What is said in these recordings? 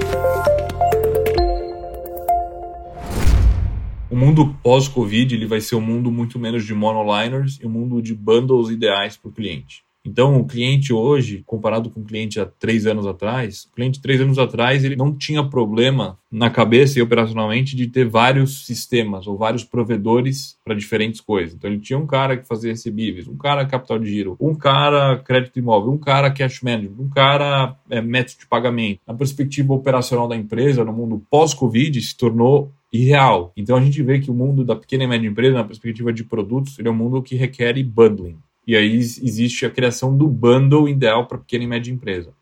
O mundo pós-Covid ele vai ser um mundo muito menos de monoliners e um mundo de bundles ideais para o cliente. Então, o cliente hoje, comparado com o cliente há 3 anos atrás, o cliente 3 anos atrás ele não tinha problema na cabeça e operacionalmente de ter vários sistemas ou vários provedores para diferentes coisas. Então, ele tinha um cara que fazia recebíveis, um cara capital de giro, um cara crédito imóvel, um cara cash management, um cara método de pagamento. A perspectiva operacional da empresa no mundo pós-Covid se tornou irreal. Então, a gente vê que o mundo da pequena e média empresa, na perspectiva de produtos, ele é um mundo que requer bundling. E aí existe a criação do bundle ideal para pequena e média empresa.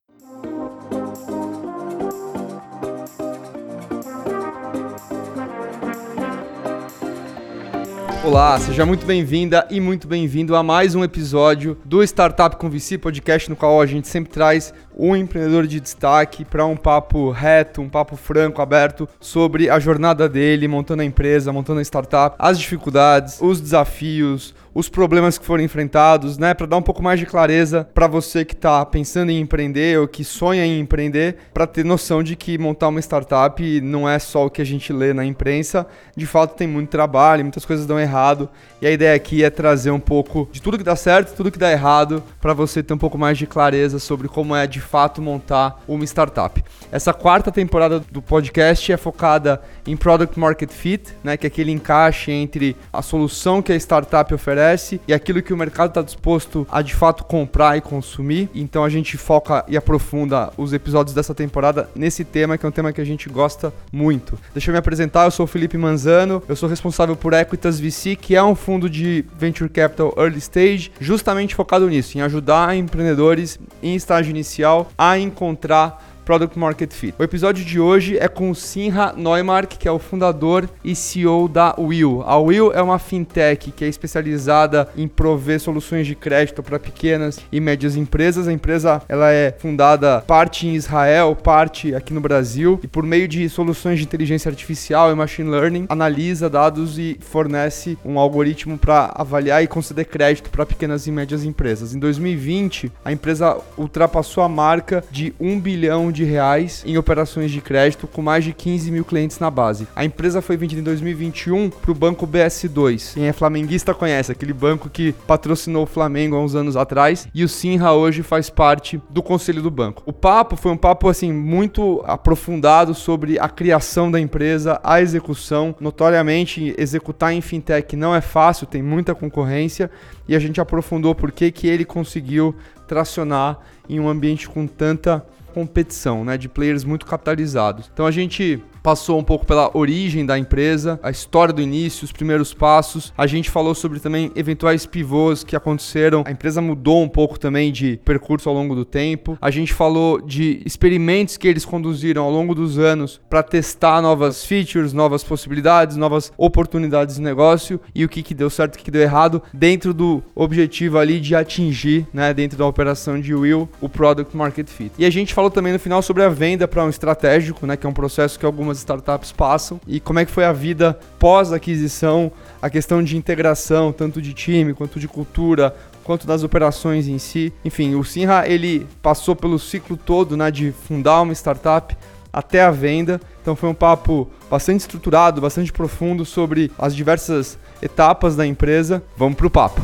Olá, seja muito bem-vinda e muito bem-vindo a mais um episódio do Startup com VC Podcast, no qual a gente sempre traz um empreendedor de destaque para um papo reto, um papo franco, aberto sobre a jornada dele, montando a empresa, montando a startup, as dificuldades, os desafios, os problemas que foram enfrentados, né, para dar um pouco mais de clareza para você que está pensando em empreender ou que sonha em empreender, para ter noção de que montar uma startup não é só o que a gente lê na imprensa, de fato tem muito trabalho, muitas coisas dão errado, e a ideia aqui é trazer um pouco de tudo que dá certo, tudo que dá errado, para você ter um pouco mais de clareza sobre como é de fato montar uma startup. Essa 4ª temporada do podcast é focada em Product Market Fit, né, que é aquele encaixe entre a solução que a startup oferece e aquilo que o mercado está disposto a de fato comprar e consumir. Então a gente foca e aprofunda os episódios dessa temporada nesse tema, que é um tema que a gente gosta muito. Deixa eu me apresentar, eu sou o Felipe Manzano, eu sou responsável por Equitas VC, que é um fundo de Venture Capital Early Stage, justamente focado nisso, em ajudar empreendedores em estágio inicial a encontrar Product Market Fit. O episódio de hoje é com o Simha Neumark, que é o fundador e CEO da Will. A Will é uma fintech que é especializada em prover soluções de crédito para pequenas e médias empresas. A empresa ela é fundada parte em Israel, parte aqui no Brasil, e por meio de soluções de inteligência artificial e machine learning, analisa dados e fornece um algoritmo para avaliar e conceder crédito para pequenas e médias empresas. Em 2020, a empresa ultrapassou a marca de R$1 bilhão em operações de crédito, com mais de 15 mil clientes na base. A empresa foi vendida em 2021 para o banco BS2. Quem é flamenguista conhece, aquele banco que patrocinou o Flamengo há uns anos atrás, e o Simha hoje faz parte do conselho do banco. O papo foi um papo assim muito aprofundado sobre a criação da empresa, a execução. Notoriamente, executar em fintech não é fácil, tem muita concorrência, e a gente aprofundou por que ele conseguiu tracionar em um ambiente com tanta competição, né, de players muito capitalizados. Então a gente passou um pouco pela origem da empresa, a história do início, os primeiros passos. A gente falou sobre também eventuais pivôs que aconteceram. A empresa mudou um pouco também de percurso ao longo do tempo. A gente falou de experimentos que eles conduziram ao longo dos anos para testar novas features, novas possibilidades, novas oportunidades de negócio e o que deu certo e o que deu errado dentro do objetivo ali de atingir, né, dentro da operação de Will, o Product Market Fit. E a gente falou também no final sobre a venda para um estratégico, né, que é um processo que algumas startups passam, e como é que foi a vida pós-aquisição, a questão de integração, tanto de time, quanto de cultura, quanto das operações em si. Enfim, o Simha, ele passou pelo ciclo todo, né, de fundar uma startup até a venda. Então foi um papo bastante estruturado, bastante profundo sobre as diversas etapas da empresa. Vamos pro papo.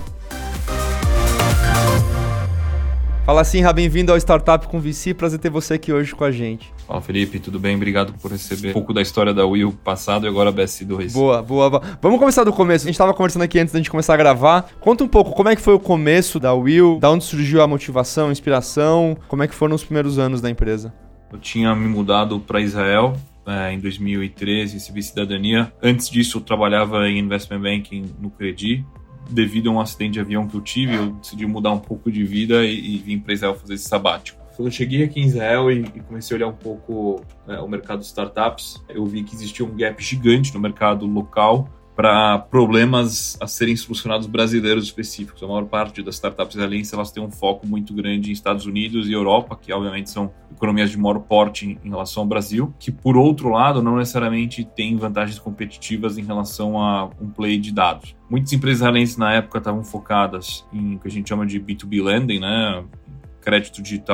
Fala Simha, bem-vindo ao Startup com VC, prazer ter você aqui hoje com a gente. Fala Felipe, tudo bem? Obrigado por receber um pouco da história da Will passado e agora a BS2. Boa. Vamos começar do começo. A gente estava conversando aqui antes da gente começar a gravar. Conta um pouco como é que foi o começo da Will, da onde surgiu a motivação, a inspiração, como é que foram os primeiros anos da empresa? Eu tinha me mudado para Israel em 2013, recebi cidadania. Antes disso eu trabalhava em investment banking no Credi. Devido a um acidente de avião que eu tive, eu decidi mudar um pouco de vida e vim para Israel fazer esse sabático. Quando eu cheguei aqui em Israel e comecei a olhar um pouco o mercado de startups, eu vi que existia um gap gigante no mercado local para problemas a serem solucionados brasileiros específicos. A maior parte das startups israelenses elas têm um foco muito grande em Estados Unidos e Europa, que obviamente são economias de maior porte em relação ao Brasil, que por outro lado não necessariamente têm vantagens competitivas em relação a um play de dados. Muitas empresas israelenses na época estavam focadas em o que a gente chama de B2B lending, né? Crédito digital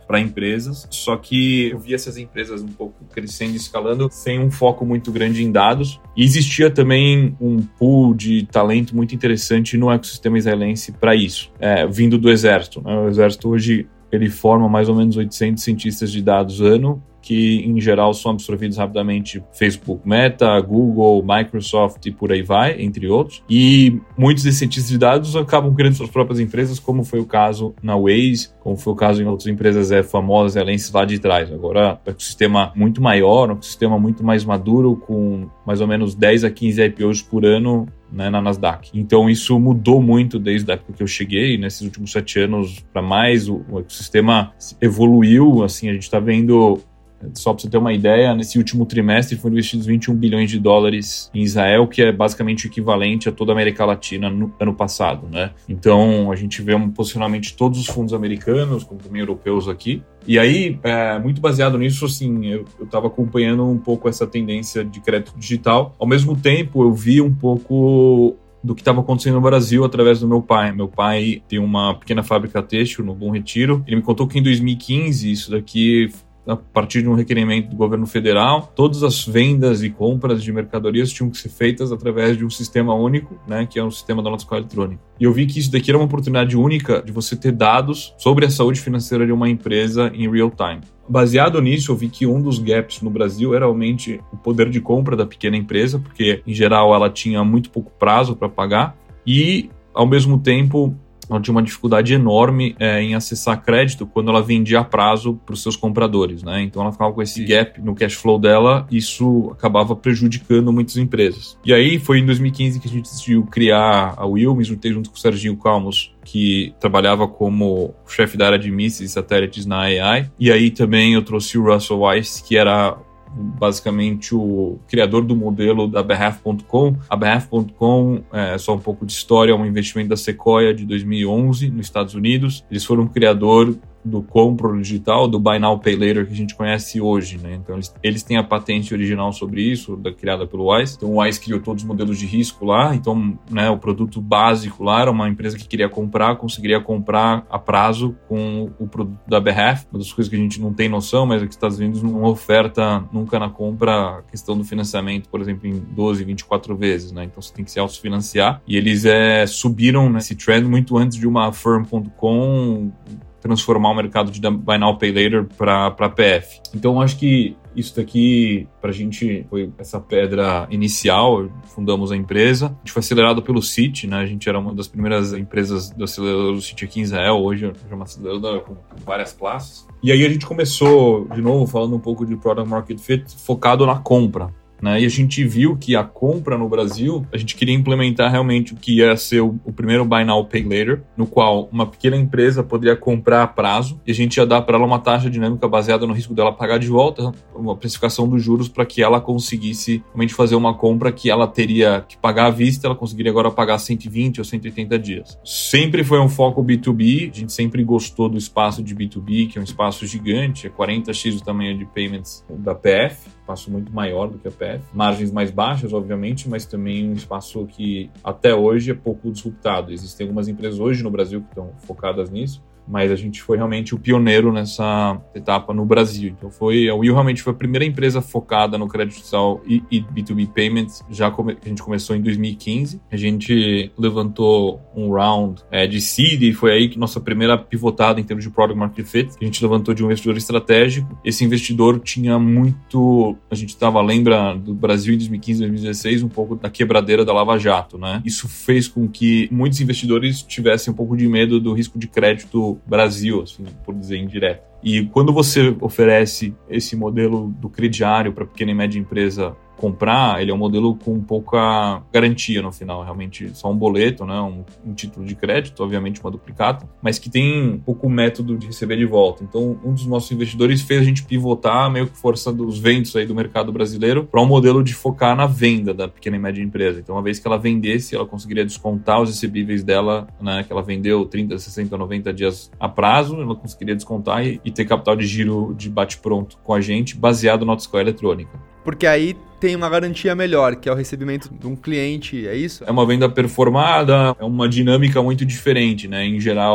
para empresas, só que eu vi essas empresas um pouco crescendo e escalando sem um foco muito grande em dados. E existia também um pool de talento muito interessante no ecossistema israelense para isso, vindo do Exército, né? O Exército hoje ele forma mais ou menos 800 cientistas de dados ano, que em geral são absorvidos rapidamente Facebook, Meta, Google, Microsoft e por aí vai, entre outros. E muitos desses cientistas de dados acabam criando suas próprias empresas, como foi o caso na Waze, como foi o caso em outras empresas famosas, israelenses lá de trás. Agora, um ecossistema muito maior, um ecossistema muito mais maduro, com mais ou menos 10 a 15 IPOs por ano, né, na Nasdaq. Então isso mudou muito desde a época que eu cheguei, nesses últimos 7 anos para mais, o ecossistema evoluiu, assim, a gente está vendo. Só para você ter uma ideia, nesse último trimestre foram investidos 21 bilhões de dólares em Israel, que é basicamente o equivalente a toda a América Latina no ano passado, né? Então, a gente vê um posicionamento de todos os fundos americanos, como também europeus aqui. E aí, muito baseado nisso, assim, eu estava acompanhando um pouco essa tendência de crédito digital. Ao mesmo tempo, eu vi um pouco do que estava acontecendo no Brasil através do meu pai. Meu pai tem uma pequena fábrica têxtil no Bom Retiro. Ele me contou que em 2015, isso daqui, a partir de um requerimento do governo federal, todas as vendas e compras de mercadorias tinham que ser feitas através de um sistema único, né, que é o sistema da nota fiscal eletrônica. E eu vi que isso daqui era uma oportunidade única de você ter dados sobre a saúde financeira de uma empresa em real time. Baseado nisso, eu vi que um dos gaps no Brasil era realmente o poder de compra da pequena empresa, porque, em geral, ela tinha muito pouco prazo para pagar e, ao mesmo tempo, ela tinha uma dificuldade enorme em acessar crédito quando ela vendia a prazo para os seus compradores, né? Então ela ficava com esse gap no cash flow dela, e isso acabava prejudicando muitas empresas. E aí foi em 2015 que a gente decidiu criar a Will, me juntei junto com o Serginho Calmos, que trabalhava como chefe da área de mísseis e satélites na AI. E aí também eu trouxe o Russell Weiss, que era basicamente o criador do modelo da Behalf.com. A Behalf.com, só um pouco de história, é um investimento da Sequoia de 2011 nos Estados Unidos. Eles foram o criador do compro digital, do Buy Now, Pay Later, que a gente conhece hoje, né? Então, eles têm a patente original sobre isso, criada pelo Wise. Então, o Wise criou todos os modelos de risco lá. Então, né, o produto básico lá era uma empresa que queria comprar, conseguiria comprar a prazo com o produto da Behalf. Uma das coisas que a gente não tem noção, mas é que os Estados Unidos não oferta nunca na compra a questão do financiamento, por exemplo, em 12, 24 vezes, né? Então, você tem que se autofinanciar. E eles subiram nesse trend muito antes de uma Firm.com transformar o mercado de Buy Now, Pay Later para PF. Então, acho que isso daqui, para a gente, foi essa pedra inicial. Fundamos a empresa. A gente foi acelerado pelo Citi, né? A gente era uma das primeiras empresas do acelerador do Citi aqui em Israel. Hoje é uma aceleradora com várias classes. E aí a gente começou, de novo, falando um pouco de Product Market Fit, focado na compra, né? E a gente viu que a compra no Brasil, a gente queria implementar realmente o que ia ser o primeiro Buy Now, Pay Later, no qual uma pequena empresa poderia comprar a prazo e a gente ia dar para ela uma taxa dinâmica baseada no risco dela pagar de volta, uma precificação dos juros para que ela conseguisse realmente fazer uma compra que ela teria que pagar à vista, ela conseguiria agora pagar 120 ou 180 dias. Sempre foi um foco B2B, a gente sempre gostou do espaço de B2B, que é um espaço gigante, é 40x o tamanho de payments da PF, espaço muito maior do que a PF, margens mais baixas, obviamente, mas também um espaço que até hoje é pouco disruptado. Existem algumas empresas hoje no Brasil que estão focadas nisso, mas a gente foi realmente o pioneiro nessa etapa no Brasil. Então a Will realmente foi a primeira empresa focada no crédito digital e B2B Payments, que a gente começou em 2015. A gente levantou um round de seed e foi aí que nossa primeira pivotada em termos de Product Market Fit. A gente levantou de um investidor estratégico. Esse investidor tinha muito... A gente lembra do Brasil em 2015, 2016, um pouco da quebradeira da Lava Jato, né? Isso fez com que muitos investidores tivessem um pouco de medo do risco de crédito Brasil, assim, por dizer indireto. E quando você oferece esse modelo do crediário para pequena e média empresa comprar, ele é um modelo com pouca garantia no final, realmente só um boleto, né, um título de crédito, obviamente uma duplicata, mas que tem pouco método de receber de volta. Então, um dos nossos investidores fez a gente pivotar, meio que força dos ventos aí do mercado brasileiro, para um modelo de focar na venda da pequena e média empresa. Então, uma vez que ela vendesse, ela conseguiria descontar os recebíveis dela, né, que ela vendeu 30, 60, 90 dias a prazo, ela conseguiria descontar e ter capital de giro de bate-pronto com a gente, baseado na nota fiscal eletrônica. Porque aí tem uma garantia melhor, que é o recebimento de um cliente, é isso? É uma venda performada, é uma dinâmica muito diferente, né? Em geral,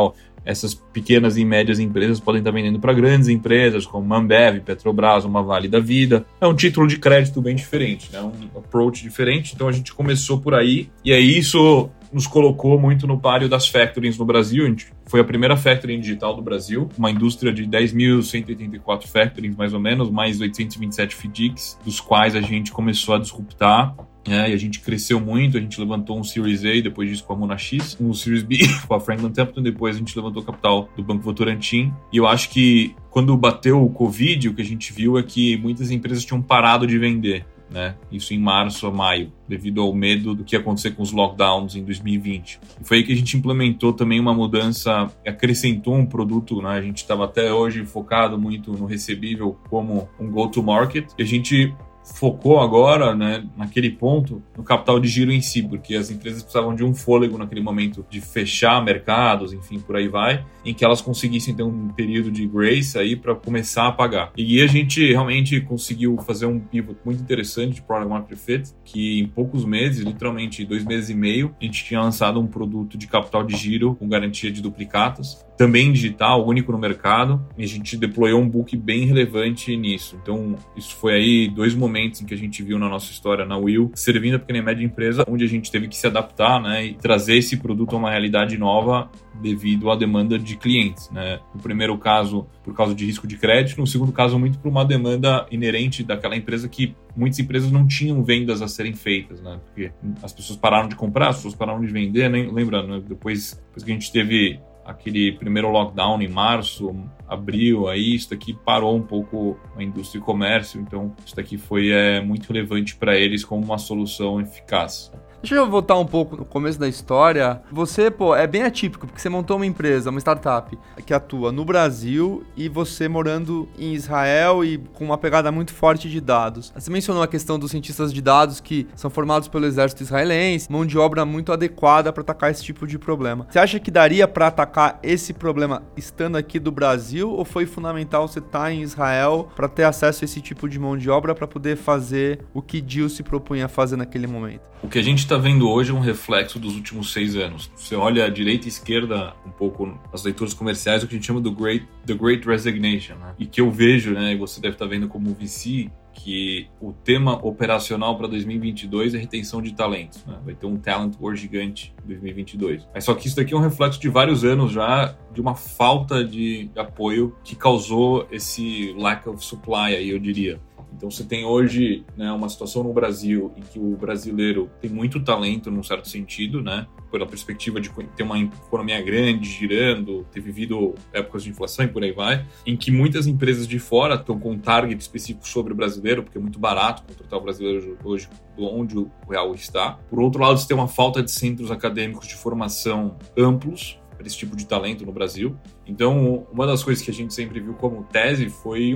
essas pequenas e médias empresas podem estar vendendo para grandes empresas, como Ambev, Petrobras, uma Vale da Vida. É um título de crédito bem diferente, né? Um approach diferente. Então a gente começou por aí, e aí isso nos colocou muito no páreo das factorings no Brasil. A gente foi a primeira factoring digital do Brasil, uma indústria de 10.184 factorings, mais ou menos, mais 827 FDICs, dos quais a gente começou a disruptar. E a gente cresceu muito, a gente levantou um Series A, depois disso com a Monax, um Series B com a Franklin Templeton, depois a gente levantou capital do Banco Votorantim. E eu acho que quando bateu o Covid, o que a gente viu é que muitas empresas tinham parado de vender, né? Isso em março a maio, devido ao medo do que ia acontecer com os lockdowns em 2020. E foi aí que a gente implementou também uma mudança, acrescentou um produto, né? A gente estava até hoje focado muito no recebível como um go-to-market, e a gente focou agora, né, naquele ponto, no capital de giro em si, porque as empresas precisavam de um fôlego naquele momento de fechar mercados, enfim, por aí vai, em que elas conseguissem ter um período de grace aí para começar a pagar. E a gente realmente conseguiu fazer um pivot muito interessante de Product Market Fit, que em poucos meses, literalmente 2 meses e meio, a gente tinha lançado um produto de capital de giro com garantia de duplicatas, também digital, único no mercado, e a gente deployou um book bem relevante nisso. Então, isso foi aí 2 momentos em que a gente viu na nossa história na Will, servindo a pequena e média empresa, onde a gente teve que se adaptar, né, e trazer esse produto a uma realidade nova devido à demanda de clientes, né? No primeiro caso, por causa de risco de crédito, no segundo caso, muito por uma demanda inerente daquela empresa que muitas empresas não tinham vendas a serem feitas, né? Porque as pessoas pararam de comprar, as pessoas pararam de vender, né? Lembrando, né? Depois que a gente teve aquele primeiro lockdown em março, abril, aí isso daqui parou um pouco a indústria e comércio, então isso daqui foi muito relevante para eles como uma solução eficaz. Deixa eu voltar um pouco no começo da história. Você, é bem atípico, porque você montou uma empresa, uma startup, que atua no Brasil e você morando em Israel e com uma pegada muito forte de dados. Você mencionou a questão dos cientistas de dados que são formados pelo exército israelense, mão de obra muito adequada para atacar esse tipo de problema. Você acha que daria para atacar esse problema estando aqui do Brasil, ou foi fundamental você estar em Israel para ter acesso a esse tipo de mão de obra para poder fazer o que Deal se propunha a fazer naquele momento? O que a gente está vendo hoje é um reflexo dos últimos 6 anos. Você olha à direita e esquerda, um pouco as leituras comerciais, o que a gente chama do The Great Resignation, né? E que eu vejo, né, e você deve estar vendo como VC, que o tema operacional para 2022 é retenção de talentos, né? Vai ter um talent war gigante em 2022. Mas só que isso daqui é um reflexo de vários anos já de uma falta de apoio que causou esse lack of supply aí, eu diria. Então você tem hoje, né, uma situação no Brasil em que o brasileiro tem muito talento num certo sentido, né, pela perspectiva de ter uma economia grande, girando, ter vivido épocas de inflação e por aí vai, em que muitas empresas de fora estão com um target específico sobre o brasileiro, porque é muito barato contratar o brasileiro hoje onde o real está. Por outro lado, você tem uma falta de centros acadêmicos de formação amplos para esse tipo de talento no Brasil. Então, uma das coisas que a gente sempre viu como tese foi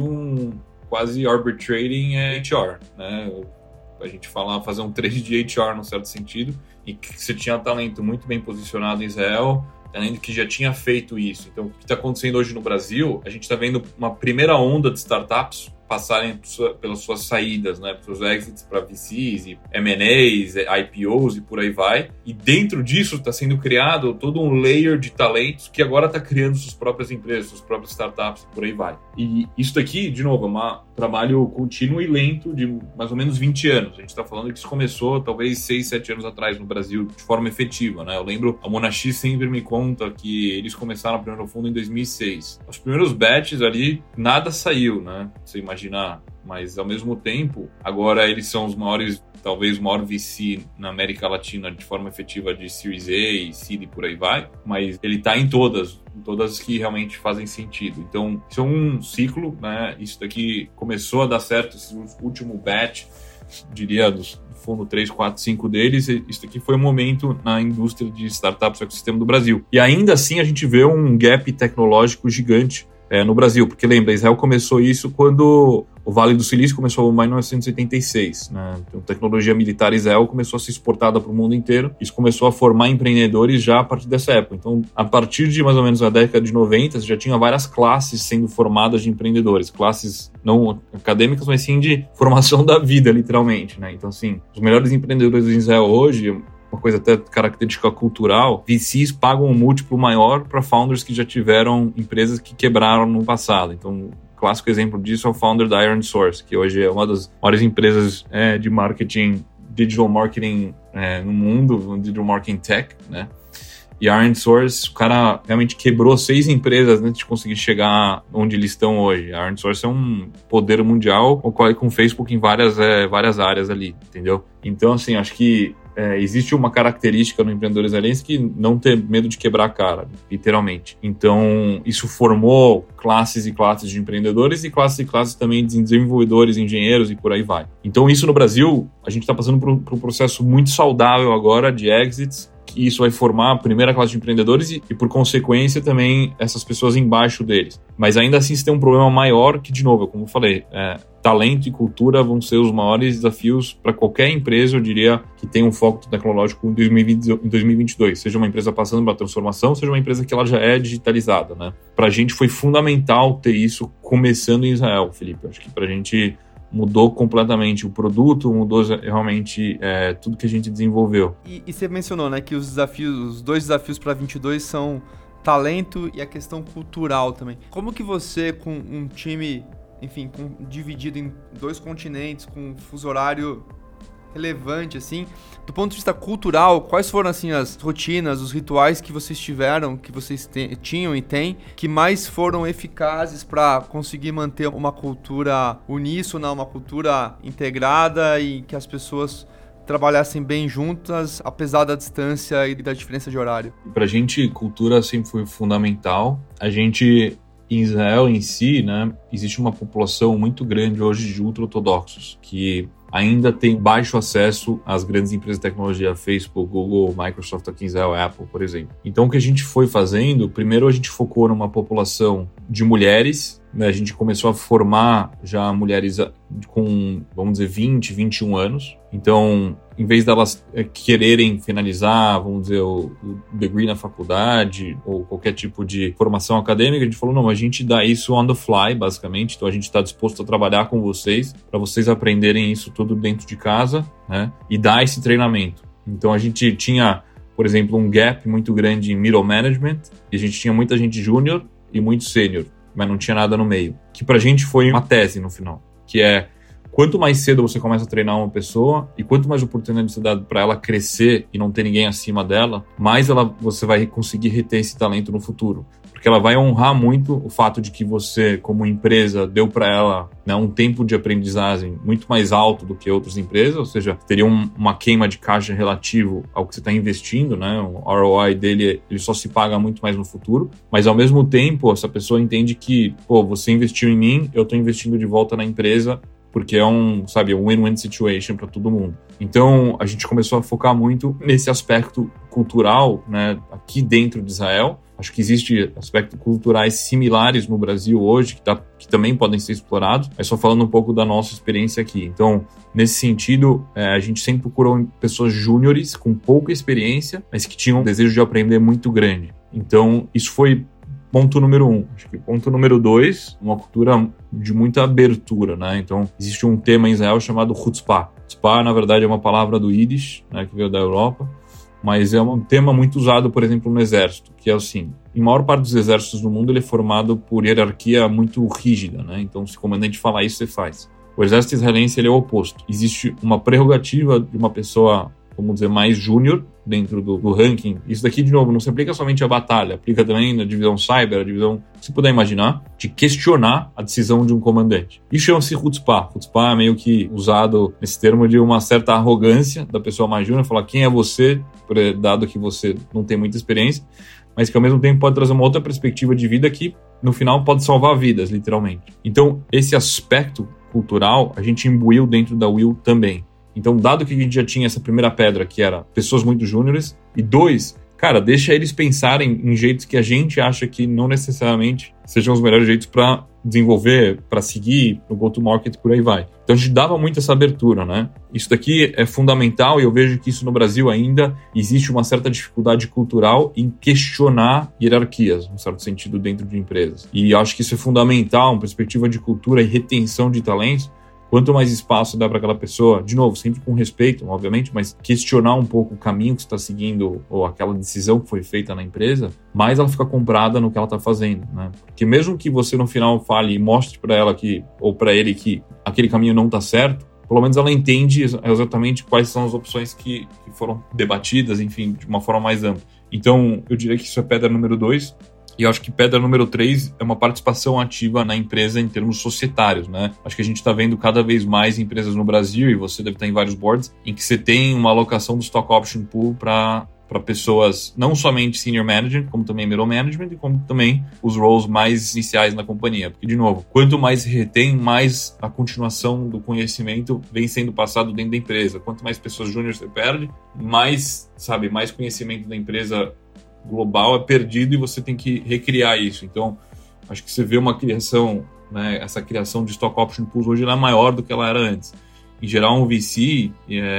quase arbitrating HR, né? A gente fazer um trade de HR num certo sentido, e que você tinha talento muito bem posicionado em Israel, talento que já tinha feito isso. Então, o que está acontecendo hoje no Brasil, a gente está vendo uma primeira onda de startups passarem pelas suas saídas, né, pelos seus exits para VCs, e M&As, IPOs e por aí vai. E dentro disso está sendo criado todo um layer de talentos que agora está criando suas próprias empresas, suas próprias startups e por aí vai. E isso daqui, de novo, é um trabalho contínuo e lento de mais ou menos 20 anos. A gente está falando que isso começou talvez 6, 7 anos atrás no Brasil de forma efetiva, né? Eu lembro, a Monax sempre me conta que eles começaram a primeiro fundo em 2006. Os primeiros batches ali, nada saiu, né? Você imagina, mas ao mesmo tempo, agora eles são os maiores, talvez o maior VC na América Latina de forma efetiva de Series A e Seed e por aí vai, mas ele está em todas que realmente fazem sentido. Então, isso é um ciclo, né? Isso daqui começou a dar certo, esse último batch, diria, dos fundo 3, 4, 5 deles, isso aqui foi um momento na indústria de startups do ecossistema do Brasil. E ainda assim a gente vê um gap tecnológico gigante no Brasil, porque lembra, Israel começou isso quando o Vale do Silício começou em 1986, né? Então, tecnologia militar Israel começou a ser exportada para o mundo inteiro. Isso começou a formar empreendedores já a partir dessa época. Então, a partir de mais ou menos a década de 90, já tinha várias classes sendo formadas de empreendedores. Classes não acadêmicas, mas sim de formação da vida, literalmente, né? Então, assim, os melhores empreendedores em Israel hoje, uma coisa até característica cultural, VCs pagam um múltiplo maior para founders que já tiveram empresas que quebraram no passado. Então, clássico exemplo disso é o founder da ironSource, que hoje é uma das maiores empresas de marketing, digital marketing no mundo, digital marketing tech, né? E a ironSource, o cara realmente quebrou 6 empresas antes de conseguir chegar onde eles estão hoje. A ironSource é um poder mundial, ocorre com o Facebook em várias áreas ali, entendeu? Então, assim, acho que existe uma característica no empreendedor israelense que não ter medo de quebrar a cara, literalmente. Então, isso formou classes e classes de empreendedores e classes também de desenvolvedores, engenheiros e por aí vai. Então, isso no Brasil, a gente está passando por um processo muito saudável agora de exits, que isso vai formar a primeira classe de empreendedores e, por consequência, também essas pessoas embaixo deles. Mas ainda assim, você tem um problema maior que, de novo, como eu falei, talento e cultura vão ser os maiores desafios para qualquer empresa, eu diria, que tem um foco tecnológico em 2022. Seja uma empresa passando pela transformação, seja uma empresa que ela já é digitalizada, né? Para a gente foi fundamental ter isso começando em Israel, Felipe. Acho que para a gente mudou completamente o produto, mudou realmente tudo que a gente desenvolveu. E você mencionou, né, que os 2 desafios para 22 são talento e a questão cultural também. Como que você, com um time, enfim, dividido em 2 continentes, com um fuso horário relevante, assim, do ponto de vista cultural, quais foram, assim, as rotinas, os rituais que vocês tiveram, que vocês tinham e têm, que mais foram eficazes para conseguir manter uma cultura uníssona, uma cultura integrada e que as pessoas trabalhassem bem juntas, apesar da distância e da diferença de horário? Para a gente, cultura sempre foi fundamental. A gente, em Israel em si, né, existe uma população muito grande hoje de ultra-ortodoxos, que ainda tem baixo acesso às grandes empresas de tecnologia, Facebook, Google, Microsoft, aqui em Israel, Apple, por exemplo. Então, o que a gente foi fazendo, primeiro a gente focou numa população de mulheres, né? A gente começou a formar já mulheres com, vamos dizer, 20, 21 anos. Então, em vez delas quererem finalizar, vamos dizer, o degree na faculdade ou qualquer tipo de formação acadêmica, a gente falou, não, a gente dá isso on the fly, basicamente. Então, a gente está disposto a trabalhar com vocês, para vocês aprenderem isso tudo dentro de casa, né? E dar esse treinamento. Então, a gente tinha, por exemplo, um gap muito grande em middle management, e a gente tinha muita gente júnior e muito sênior, mas não tinha nada no meio. Que pra gente foi uma tese no final, que é quanto mais cedo você começa a treinar uma pessoa e quanto mais oportunidade você dá para ela crescer e não ter ninguém acima dela, mais você vai conseguir reter esse talento no futuro. Porque ela vai honrar muito o fato de que você, como empresa, deu para ela, né, um tempo de aprendizagem muito mais alto do que outras empresas, ou seja, teria uma queima de caixa relativo ao que você está investindo, né? O ROI dele ele só se paga muito mais no futuro, mas ao mesmo tempo essa pessoa entende que, pô, você investiu em mim, eu estou investindo de volta na empresa, porque é um win-win situation para todo mundo. Então, a gente começou a focar muito nesse aspecto cultural, né, aqui dentro de Israel. Acho que existem aspectos culturais similares no Brasil hoje, que também podem ser explorados, mas só falando um pouco da nossa experiência aqui. Então, nesse sentido, a gente sempre procurou pessoas júniores com pouca experiência, mas que tinham um desejo de aprender muito grande. Então, isso foi ponto número 1. Acho que ponto número 2, uma cultura de muita abertura, né? Então, existe um tema em Israel chamado chutzpah. Chutzpah, na verdade, é uma palavra do Yiddish, né, que veio da Europa, mas é um tema muito usado, por exemplo, no exército, que é assim, em maior parte dos exércitos do mundo, ele é formado por hierarquia muito rígida, né? Então, se o comandante falar isso, você faz. O exército israelense, ele é o oposto. Existe uma prerrogativa de uma pessoa, vamos dizer, mais júnior dentro do ranking. Isso daqui, de novo, não se aplica somente à batalha, aplica também na divisão cyber, a divisão, se puder imaginar, de questionar a decisão de um comandante. Isso chama-se chutzpah. Chutzpah é meio que usado nesse termo de uma certa arrogância da pessoa mais júnior, falar quem é você, dado que você não tem muita experiência, mas que ao mesmo tempo pode trazer uma outra perspectiva de vida que, no final, pode salvar vidas, literalmente. Então, esse aspecto cultural, a gente imbuiu dentro da Will também. Então, dado que a gente já tinha essa primeira pedra, que era pessoas muito júniores, e 2, cara, deixa eles pensarem em jeitos que a gente acha que não necessariamente sejam os melhores jeitos para desenvolver, para seguir no go-to-market, por aí vai. Então, a gente dava muito essa abertura, né? Isso daqui é fundamental e eu vejo que isso no Brasil ainda existe uma certa dificuldade cultural em questionar hierarquias, num certo sentido, dentro de empresas. E acho que isso é fundamental, uma perspectiva de cultura e retenção de talentos. quanto mais espaço dá para aquela pessoa, de novo, sempre com respeito, obviamente, mas questionar um pouco o caminho que você está seguindo ou aquela decisão que foi feita na empresa, mais ela fica comprada no que ela está fazendo, né? Porque mesmo que você no final fale e mostre para ela ou para ele que aquele caminho não está certo, pelo menos ela entende exatamente quais são as opções que foram debatidas, enfim, de uma forma mais ampla. Então, eu diria que isso é pedra número 2. E eu acho que pedra número 3 é uma participação ativa na empresa em termos societários, né? Acho que a gente está vendo cada vez mais empresas no Brasil, e você deve estar em vários boards, em que você tem uma alocação do Stock Option Pool para pessoas, não somente senior management, como também middle management e como também os roles mais iniciais na companhia. Porque, de novo, quanto mais se retém, mais a continuação do conhecimento vem sendo passado dentro da empresa. Quanto mais pessoas júnior você perde, mais conhecimento da empresa global é perdido e você tem que recriar isso. Então, acho que você vê uma criação, né, essa criação de Stock Option Pools hoje ela é maior do que ela era antes. Em geral, um VC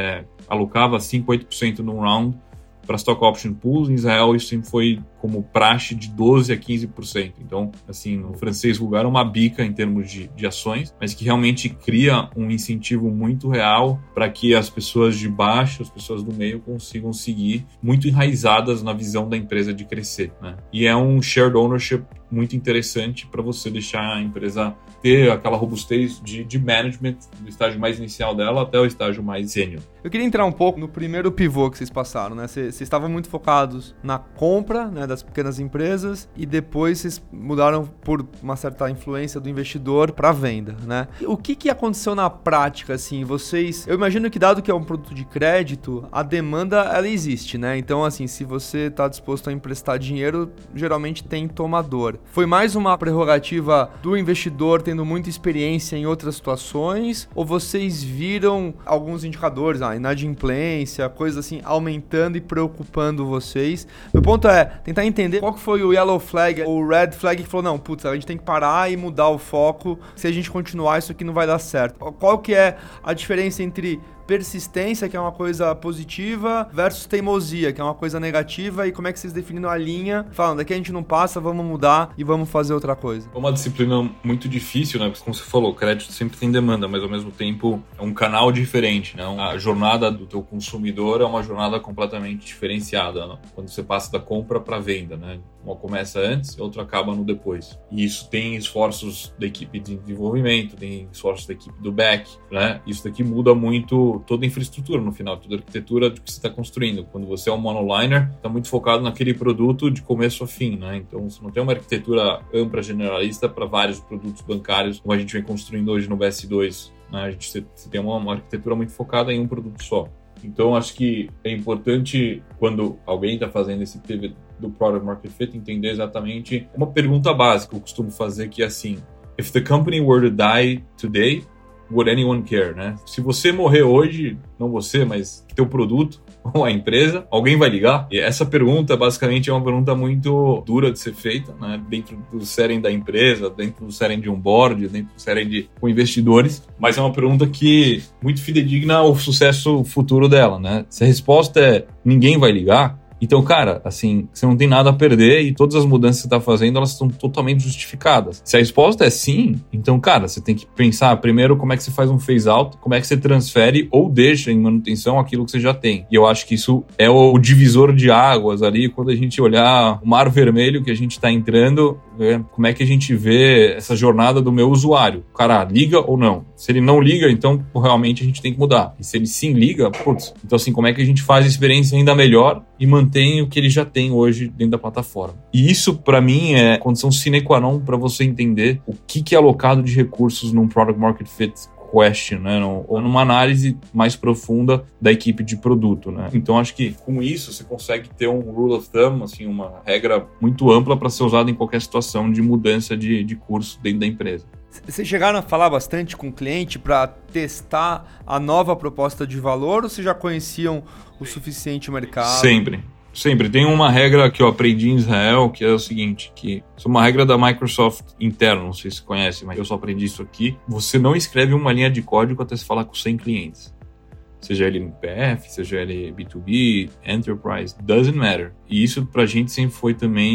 alocava 5%, 8% num round para Stock Option Pools. Em Israel, isso sempre foi como praxe de 12% a 15%. Então, assim, no francês vulgar, uma bica em termos de ações, mas que realmente cria um incentivo muito real para que as pessoas de baixo, as pessoas do meio consigam seguir muito enraizadas na visão da empresa de crescer, né? E é um shared ownership muito interessante para você deixar a empresa ter aquela robustez de management do estágio mais inicial dela até o estágio mais sênior. Eu queria entrar um pouco no primeiro pivô que vocês passaram, né? Vocês estavam muito focados na compra, né, das pequenas empresas, e depois vocês mudaram por uma certa influência do investidor para a venda, né? O que aconteceu na prática, assim? Eu imagino que, dado que é um produto de crédito, a demanda, ela existe, né? Então, assim, se você está disposto a emprestar dinheiro, geralmente tem tomador. Foi mais uma prerrogativa do investidor tendo muita experiência em outras situações, ou vocês viram alguns indicadores, inadimplência, coisas assim, aumentando e preocupando vocês? Meu ponto é tentar entender qual que foi o yellow flag ou o red flag que falou, não, putz, a gente tem que parar e mudar o foco, se a gente continuar isso aqui não vai dar certo. Qual que é a diferença entre persistência, que é uma coisa positiva, versus teimosia, que é uma coisa negativa, e como é que vocês definiram a linha? Falam, daqui a gente não passa, vamos mudar e vamos fazer outra coisa. É uma disciplina muito difícil, né? Porque, como você falou, crédito sempre tem demanda, mas ao mesmo tempo é um canal diferente, né? A jornada do teu consumidor é uma jornada completamente diferenciada, né? Quando você passa da compra para a venda, né? Uma começa antes e outra acaba no depois. E isso tem esforços da equipe de desenvolvimento, tem esforços da equipe do back, né? Isso daqui muda muito toda a infraestrutura no final, toda a arquitetura do que você está construindo. Quando você é um monoliner, está muito focado naquele produto de começo a fim, né? Então, você não tem uma arquitetura ampla, generalista para vários produtos bancários, como a gente vem construindo hoje no BS2, né? Você tem uma arquitetura muito focada em um produto só. Então, acho que é importante, quando alguém está fazendo esse pivot do Product Market Fit, entender exatamente uma pergunta básica que eu costumo fazer, que é assim: if the company were to die today, would anyone care, né? Se você morrer hoje, não você, mas teu produto ou a empresa, alguém vai ligar? E essa pergunta, basicamente, é uma pergunta muito dura de ser feita, né? Dentro do setting da empresa, dentro do setting de um board, dentro do setting com investidores, mas é uma pergunta que muito fidedigna ao sucesso futuro dela, né? Se a resposta é ninguém vai ligar, então, cara, assim, você não tem nada a perder e todas as mudanças que você está fazendo, elas estão totalmente justificadas. Se a resposta é sim, então, cara, você tem que pensar primeiro como é que você faz um phase-out, como é que você transfere ou deixa em manutenção aquilo que você já tem. E eu acho que isso é o divisor de águas ali, quando a gente olhar o mar vermelho que a gente está entrando, como é que a gente vê essa jornada do meu usuário. Cara, liga ou não? Se ele não liga, então, realmente a gente tem que mudar. E se ele sim liga, putz, então assim, como é que a gente faz a experiência ainda melhor e mantém o que ele já tem hoje dentro da plataforma. E isso, para mim, é condição sine qua non para você entender o que é alocado de recursos num Product Market Fit question, né? Ou numa análise mais profunda da equipe de produto, né? Então, acho que com isso você consegue ter um rule of thumb, assim, uma regra muito ampla para ser usada em qualquer situação de mudança de curso dentro da empresa. Vocês chegaram a falar bastante com o cliente para testar a nova proposta de valor, ou vocês já conheciam o suficiente o mercado? Sempre. Tem uma regra que eu aprendi em Israel, que é o seguinte, que isso é uma regra da Microsoft interna, não sei se você conhece, mas eu só aprendi isso aqui. Você não escreve uma linha de código até se falar com 100 clientes. Seja ele PF, seja ele B2B, Enterprise, doesn't matter. E isso pra gente sempre foi também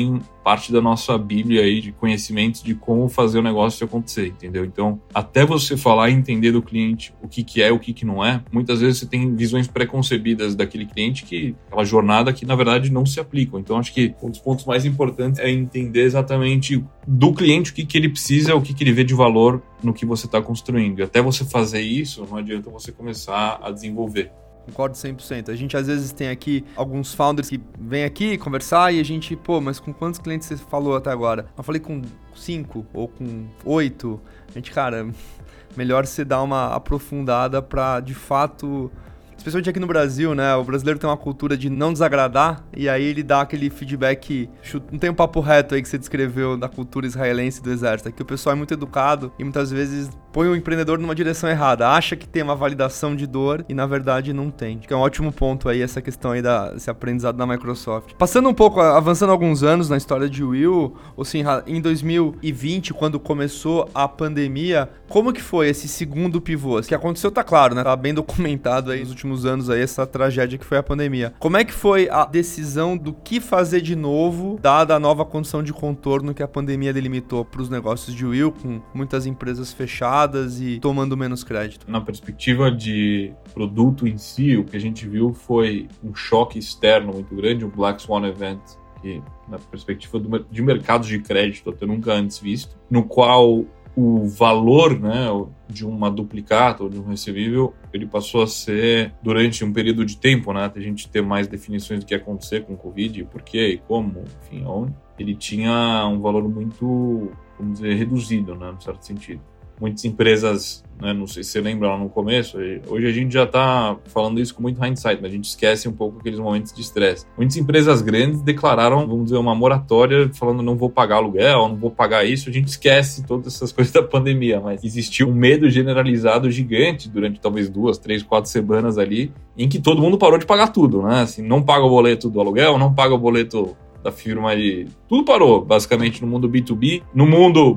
parte da nossa bíblia aí de conhecimentos de como fazer o negócio acontecer, entendeu? Então, até você falar e entender do cliente o que é, o que não é, muitas vezes você tem visões preconcebidas daquele cliente, aquela jornada que, na verdade, não se aplicam. Então, acho que um dos pontos mais importantes é entender exatamente do cliente o que ele precisa, o que ele vê de valor no que você está construindo. E até você fazer isso, não adianta você começar a desenvolver. Concordo 100%. A gente às vezes tem aqui alguns founders que vêm aqui conversar e a gente, mas com quantos clientes você falou até agora? Eu falei com 5 ou com 8. A gente, cara, melhor você dar uma aprofundada pra, de fato... Especialmente aqui no Brasil, né? O brasileiro tem uma cultura de não desagradar e aí ele dá aquele feedback... Não tem um papo reto aí que você descreveu da cultura israelense do exército. Aqui o pessoal é muito educado e muitas vezes põe o empreendedor numa direção errada. Acha que tem uma validação de dor e na verdade não tem. Acho que é um ótimo ponto aí essa questão aí desse aprendizado da Microsoft. Passando um pouco, avançando alguns anos na história de Will, assim, em 2020, quando começou a pandemia, como que foi esse segundo pivô? O que aconteceu tá claro, né? Tá bem documentado aí nos últimos anos aí essa tragédia que foi a pandemia. Como é que foi a decisão do que fazer de novo, dada a nova condição de contorno que a pandemia delimitou para os negócios de Will, com muitas empresas fechadas e tomando menos crédito? Na perspectiva de produto em si, o que a gente viu foi um choque externo muito grande, um Black Swan Event, que na perspectiva de mercados de crédito até nunca antes visto, no qual o valor, né, de uma duplicata ou de um recebível, ele passou a ser, durante um período de tempo, né, até a gente ter mais definições do que ia acontecer com o Covid, por quê e como, enfim, onde, ele tinha um valor muito, vamos dizer, reduzido, né, num certo sentido. Muitas empresas, né, não sei se você lembra lá no começo, hoje a gente já está falando isso com muito hindsight, mas a gente esquece um pouco aqueles momentos de estresse. Muitas empresas grandes declararam, vamos dizer, uma moratória, falando não vou pagar aluguel, não vou pagar isso. A gente esquece todas essas coisas da pandemia, mas existiu um medo generalizado gigante durante talvez 2, 3, 4 semanas ali, em que todo mundo parou de pagar tudo, né? Assim, não paga o boleto do aluguel, não paga o boleto da firma de... Tudo parou, basicamente, no mundo B2B. No mundo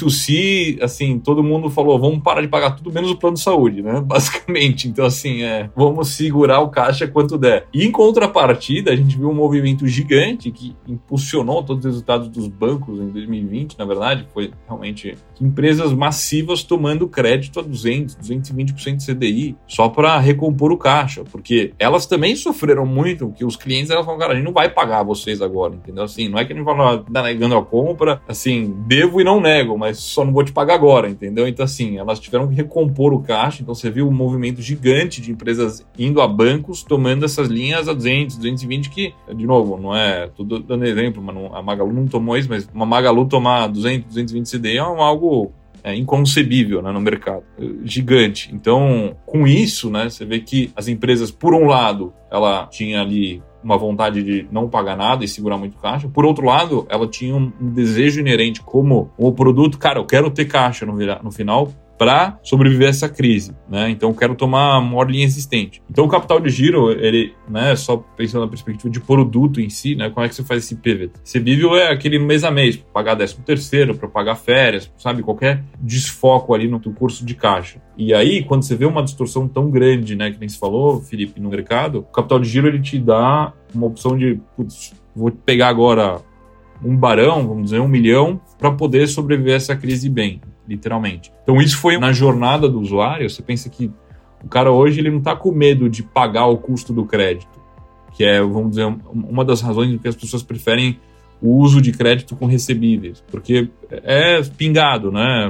B2C, assim, todo mundo falou, vamos parar de pagar tudo, menos o plano de saúde, né? Basicamente. Então, assim, vamos segurar o caixa quanto der. E, em contrapartida, a gente viu um movimento gigante que impulsionou todos os resultados dos bancos em 2020, na verdade, foi realmente empresas massivas tomando crédito a 200, 220% de CDI, só para recompor o caixa, porque elas também sofreram muito, que os clientes, elas falaram, cara, a gente não vai pagar vocês agora, entendeu? Assim, não é que a gente vai tá negando a compra, assim, devo e não nego, mas só não vou te pagar agora, entendeu? Então, assim, elas tiveram que recompor o caixa, então você viu um movimento gigante de empresas indo a bancos, tomando essas linhas a 200, 220, que, de novo, não é, tô dando exemplo, mas a Magalu não tomou isso, mas uma Magalu tomar 200, 220 CDI é algo inconcebível, né, no mercado, gigante. Então, com isso, né, você vê que as empresas, por um lado, ela tinha ali uma vontade de não pagar nada e segurar muito caixa. Por outro lado, ela tinha um desejo inerente como o produto, cara, eu quero ter caixa no final para sobreviver a essa crise, né? Então, eu quero tomar a maior linha existente. Então, o capital de giro, ele, né, só pensando na perspectiva de produto em si, né, como é que você faz esse pivot? Recebível é aquele mês a mês, para pagar 13º, para pagar férias, sabe? Qualquer desfoco ali no teu curso de caixa. E aí, quando você vê uma distorção tão grande, né, que nem você falou, Felipe, no mercado, o capital de giro, ele te dá uma opção de, putz, vou pegar agora um barão, vamos dizer, 1 milhão, para poder sobreviver a essa crise bem, literalmente. Então, isso foi na jornada do usuário. Você pensa que o cara hoje ele não está com medo de pagar o custo do crédito, que é, vamos dizer, uma das razões por que as pessoas preferem o uso de crédito com recebíveis, porque é pingado, né?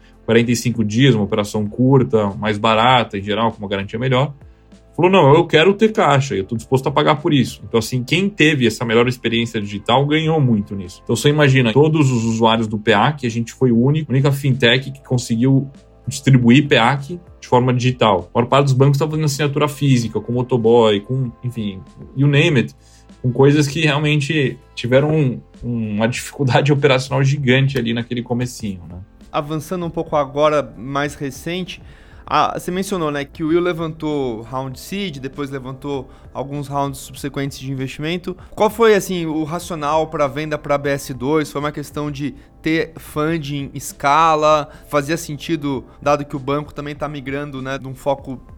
45 dias, uma operação curta, mais barata, em geral, com uma garantia melhor. Falou, não, eu quero ter caixa, eu estou disposto a pagar por isso. Então, assim, quem teve essa melhor experiência digital ganhou muito nisso. Então, você imagina, todos os usuários do PEAC, a gente foi a única fintech que conseguiu distribuir PEAC de forma digital. A maior parte dos bancos está fazendo assinatura física, com motoboy, com, enfim, you name it, com coisas que realmente tiveram uma dificuldade operacional gigante ali naquele comecinho, né? Avançando um pouco agora, mais recente, você mencionou, né, que o Will levantou round seed, depois levantou alguns rounds subsequentes de investimento. Qual foi, assim, o racional para a venda para a BS2? Foi uma questão de ter funding em escala? Fazia sentido, dado que o banco também está migrando, né, de um foco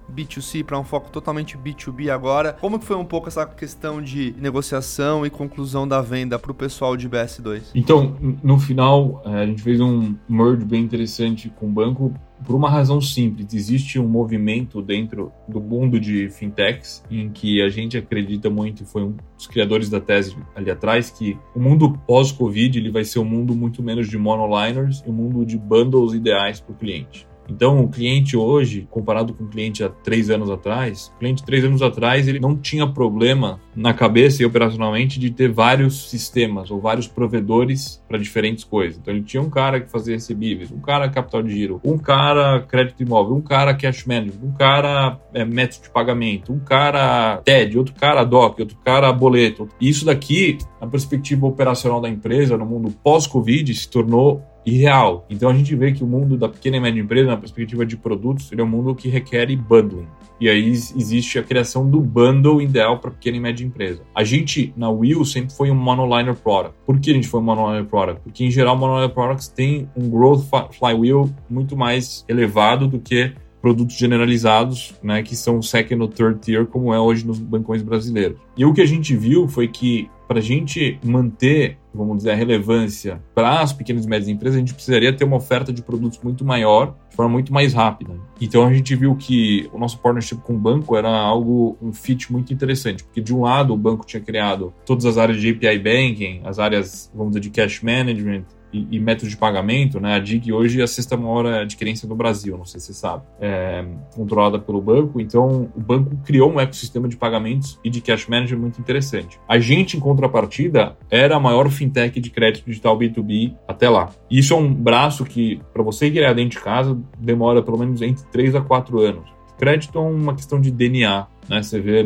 B2C para um foco totalmente B2B agora. Como que foi um pouco essa questão de negociação e conclusão da venda para o pessoal de BS2? Então, no final, a gente fez um merge bem interessante com o banco por uma razão simples. Existe um movimento dentro do mundo de fintechs em que a gente acredita muito, e foi um dos criadores da tese ali atrás, que o mundo pós-Covid ele vai ser um mundo muito menos de monoliners e um mundo de bundles ideais para o cliente. Então, o cliente hoje, comparado com o cliente há 3 anos atrás, o cliente 3 anos atrás ele não tinha problema na cabeça e operacionalmente de ter vários sistemas ou vários provedores para diferentes coisas. Então, ele tinha um cara que fazia recebíveis, um cara capital de giro, um cara crédito imóvel, um cara cash management, um cara método de pagamento, um cara TED, outro cara DOC, outro cara boleto. E isso daqui, na perspectiva operacional da empresa, no mundo pós-Covid, se tornou irreal. Então a gente vê que o mundo da pequena e média empresa, na perspectiva de produtos, ele é um mundo que requer bundling. E aí existe a criação do bundle ideal para pequena e média empresa. A gente, na Will, sempre foi um monoliner product. Por que a gente foi um monoliner product? Porque, em geral, monoliner products tem um growth flywheel muito mais elevado do que produtos generalizados, né, que são second ou third tier, como é hoje nos bancões brasileiros. E o que a gente viu foi que, para a gente manter, vamos dizer, a relevância para as pequenas e médias empresas, a gente precisaria ter uma oferta de produtos muito maior, de forma muito mais rápida. Então, a gente viu que o nosso partnership com o banco era um fit muito interessante, porque, de um lado, o banco tinha criado todas as áreas de API Banking, as áreas, vamos dizer, de cash management, e método de pagamento, né? A DIG hoje é a 6ª maior adquirência do Brasil, não sei se você sabe, controlada pelo banco. Então, o banco criou um ecossistema de pagamentos e de cash management muito interessante. A gente, em contrapartida, era a maior fintech de crédito digital B2B até lá. E isso é um braço que, para você criar dentro de casa, demora pelo menos entre 3 a 4 anos. Crédito é uma questão de DNA, né? Você vê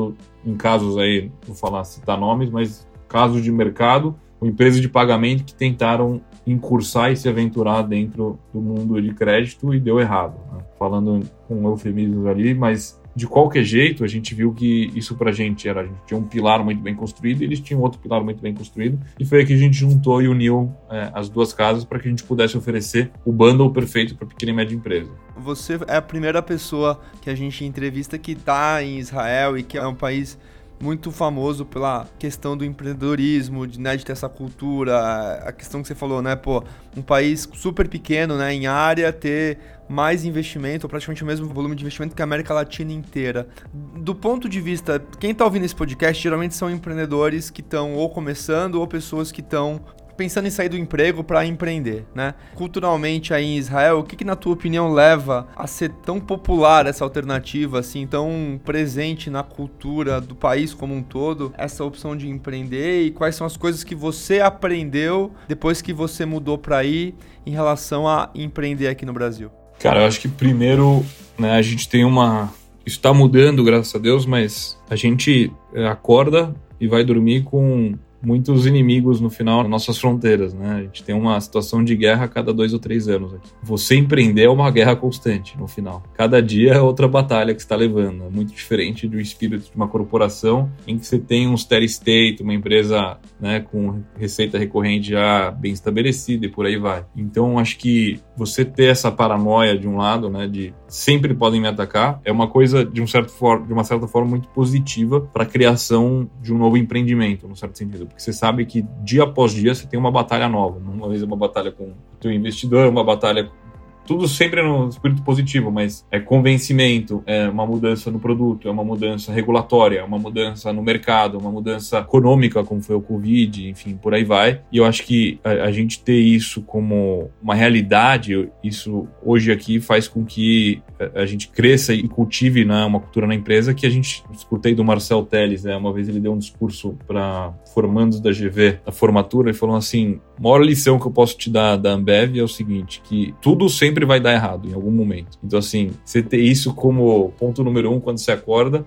em casos aí, vou citar nomes, mas casos de mercado, empresas de pagamento que tentaram incursar e se aventurar dentro do mundo de crédito e deu errado, né? Falando com eufemismos ali, mas de qualquer jeito a gente viu que isso pra gente a gente tinha um pilar muito bem construído e eles tinham outro pilar muito bem construído, e foi aí que a gente juntou e uniu as duas casas para que a gente pudesse oferecer o bundle perfeito para pequena e média empresa. Você é a primeira pessoa que a gente entrevista que está em Israel e que é um país muito famoso pela questão do empreendedorismo, de ter essa cultura, a questão que você falou, né, um país super pequeno, né, em área, ter mais investimento, ou praticamente o mesmo volume de investimento que a América Latina inteira. Do ponto de vista, quem está ouvindo esse podcast, geralmente são empreendedores que estão ou começando, ou pessoas que estão pensando em sair do emprego para empreender, né? Culturalmente aí em Israel, o que na tua opinião leva a ser tão popular essa alternativa, assim, tão presente na cultura do país como um todo, essa opção de empreender, e quais são as coisas que você aprendeu depois que você mudou para aí em relação a empreender aqui no Brasil? Cara, eu acho que primeiro, né, a gente tem isso está mudando, graças a Deus, mas a gente acorda e vai dormir com muitos inimigos no final, nas nossas fronteiras, né? A gente tem uma situação de guerra a cada 2 ou 3 anos aqui. Você empreender é uma guerra constante no final. Cada dia é outra batalha que você está levando. É muito diferente do espírito de uma corporação em que você tem um steady state, uma empresa, né, com receita recorrente já bem estabelecida e por aí vai. Então, acho que você ter essa paranoia de um lado, né, de sempre podem me atacar, é uma coisa de uma certa forma muito positiva para a criação de um novo empreendimento, no certo sentido. Porque você sabe que dia após dia você tem uma batalha nova. Uma vez é uma batalha com o teu investidor, uma batalha... Tudo sempre no espírito positivo, mas é convencimento, é uma mudança no produto, é uma mudança regulatória, é uma mudança no mercado, uma mudança econômica, como foi o Covid, enfim, por aí vai. E eu acho que a gente ter isso como uma realidade, isso hoje aqui faz com que a gente cresça e cultive, né, uma cultura na empresa que a gente... Escutei do Marcel Telles, né, uma vez ele deu um discurso para formandos da GV, da formatura, e falou assim: a maior lição que eu posso te dar da Ambev é o seguinte, que tudo sempre vai dar errado em algum momento. Então, assim, você ter isso como ponto número 1 quando você acorda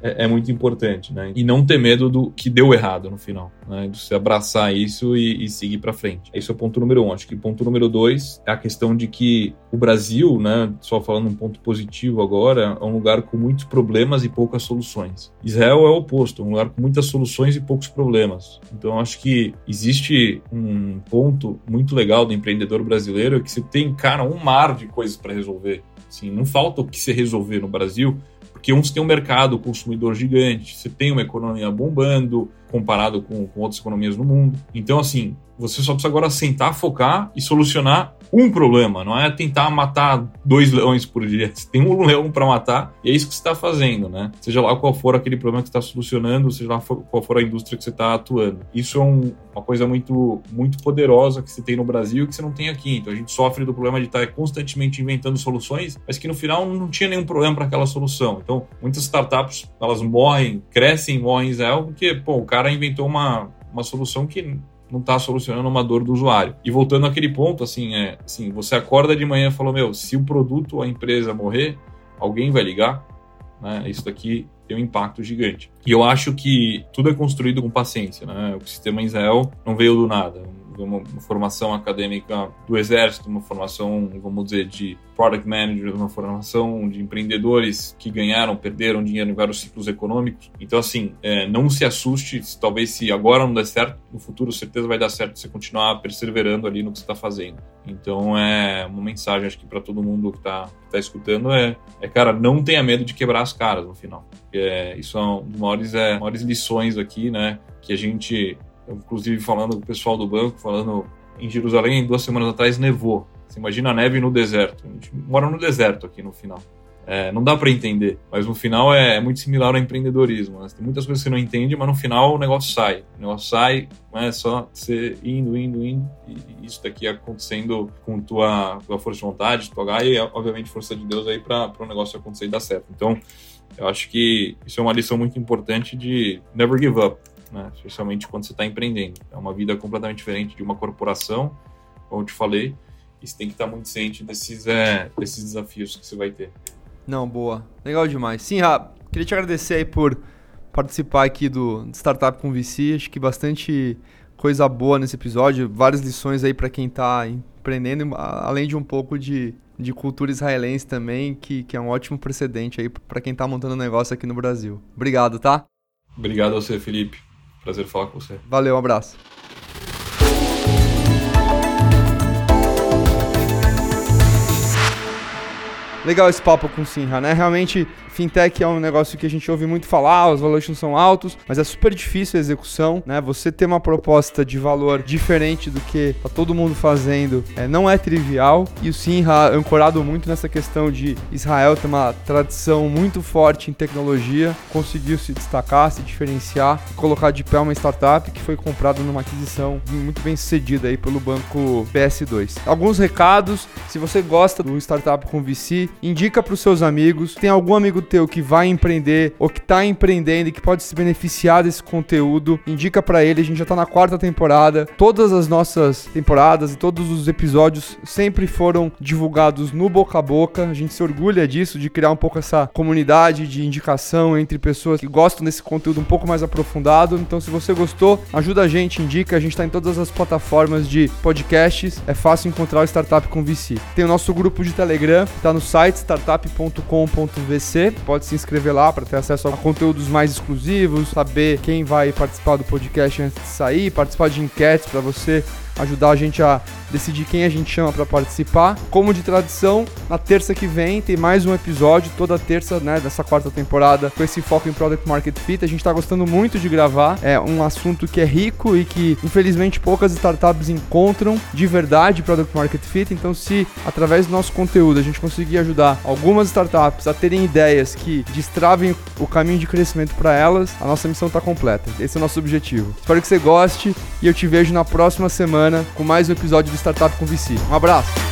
é muito importante, né? E não ter medo do que deu errado no final, né? De você abraçar isso e seguir para frente. Esse é o ponto número 1. Acho que o ponto número 2 é a questão de que o Brasil, né, só falando um ponto positivo agora, é um lugar com muitos problemas e poucas soluções. Israel é o oposto, é um lugar com muitas soluções e poucos problemas. Então, acho que existe um ponto muito legal do empreendedor brasileiro, é que você tem, cara, um mar de coisas para resolver. Assim, não falta o que se resolver no Brasil, porque você tem um mercado consumidor gigante, você tem uma economia bombando comparado com outras economias no mundo. Então, assim, você só precisa agora sentar, focar e solucionar um problema, não é tentar matar 2 leões por dia. Você tem um leão para matar e é isso que você está fazendo, né? Seja lá qual for aquele problema que você está solucionando, seja lá qual for a indústria que você está atuando. Isso é uma coisa muito, muito poderosa que você tem no Brasil e que você não tem aqui. Então a gente sofre do problema de estar constantemente inventando soluções, mas que no final não tinha nenhum problema para aquela solução. Então muitas startups, elas morrem, crescem, morrem em Israel porque, o cara inventou uma solução que não está solucionando uma dor do usuário. E voltando àquele ponto, assim, você acorda de manhã e fala, se o produto ou a empresa morrer, alguém vai ligar, né? Isso daqui tem um impacto gigante. E eu acho que tudo é construído com paciência, né? O sistema em Israel não veio do nada. Uma formação acadêmica do exército, uma formação, vamos dizer, de product manager, uma formação de empreendedores que ganharam, perderam dinheiro em vários ciclos econômicos. Então, assim, não se assuste, talvez se agora não der certo, no futuro certeza vai dar certo se você continuar perseverando ali no que você está fazendo. Então, é uma mensagem, acho que para todo mundo que está escutando, cara, não tenha medo de quebrar as caras no final. Isso é uma das maiores lições aqui, né, que a gente... Inclusive falando com o pessoal do banco, falando em Jerusalém, 2 semanas atrás nevou. Você imagina a neve no deserto. A gente mora no deserto aqui no final. Não dá para entender, mas no final é muito similar ao empreendedorismo, né? Tem muitas coisas que você não entende, mas no final o negócio sai. O negócio sai, não é só você indo, e isso daqui acontecendo com tua força de vontade, tua garra e, obviamente, força de Deus aí para o negócio acontecer e dar certo. Então, eu acho que isso é uma lição muito importante de never give up, né? Especialmente quando você está empreendendo. É uma vida completamente diferente de uma corporação, como eu te falei, e você tem que estar muito ciente desses desafios que você vai ter. Não, boa. Legal demais. Sim, Ra, queria te agradecer aí por participar aqui do Startup com VC. Acho que bastante coisa boa nesse episódio, várias lições aí para quem está empreendendo, além de um pouco de cultura israelense também, que é um ótimo precedente aí para quem está montando negócio aqui no Brasil. Obrigado, tá? Obrigado a você, Felipe. Prazer falar com você. Valeu, um abraço. Legal esse papo com o Simha, né? Realmente, fintech é um negócio que a gente ouve muito falar, os valores não são altos, mas é super difícil a execução, né? Você ter uma proposta de valor diferente do que tá todo mundo fazendo não é trivial. E o Simha, ancorado muito nessa questão de Israel ter uma tradição muito forte em tecnologia, conseguiu se destacar, se diferenciar e colocar de pé uma startup que foi comprada numa aquisição muito bem sucedida aí pelo banco PS2. Alguns recados: se você gosta do Startup com VC, indica para os seus amigos. Tem algum amigo teu que vai empreender ou que está empreendendo e que pode se beneficiar desse conteúdo, indica para ele. A gente já está na 4ª temporada. Todas as nossas temporadas e todos os episódios sempre foram divulgados no boca a boca. A gente se orgulha disso, de criar um pouco essa comunidade de indicação entre pessoas que gostam desse conteúdo um pouco mais aprofundado. Então, se você gostou, ajuda a gente, indica. A gente está em todas as plataformas de podcasts. É fácil encontrar o Startup com VC. Tem o nosso grupo de Telegram, está no site startup.com.vc. Pode se inscrever lá para ter acesso a conteúdos mais exclusivos, saber quem vai participar do podcast antes de sair, participar de enquetes para você ajudar a gente a decidir quem a gente chama para participar. Como de tradição, na terça que vem tem mais um episódio, toda terça, né, dessa 4ª temporada, com esse foco em Product Market Fit. A gente tá gostando muito de gravar, é um assunto que é rico e que infelizmente poucas startups encontram de verdade Product Market Fit. Então, se através do nosso conteúdo a gente conseguir ajudar algumas startups a terem ideias que destravem o caminho de crescimento para elas, a nossa missão tá completa. Esse é o nosso objetivo. Espero que você goste e eu te vejo na próxima semana com mais um episódio do Startup com VC. Um abraço!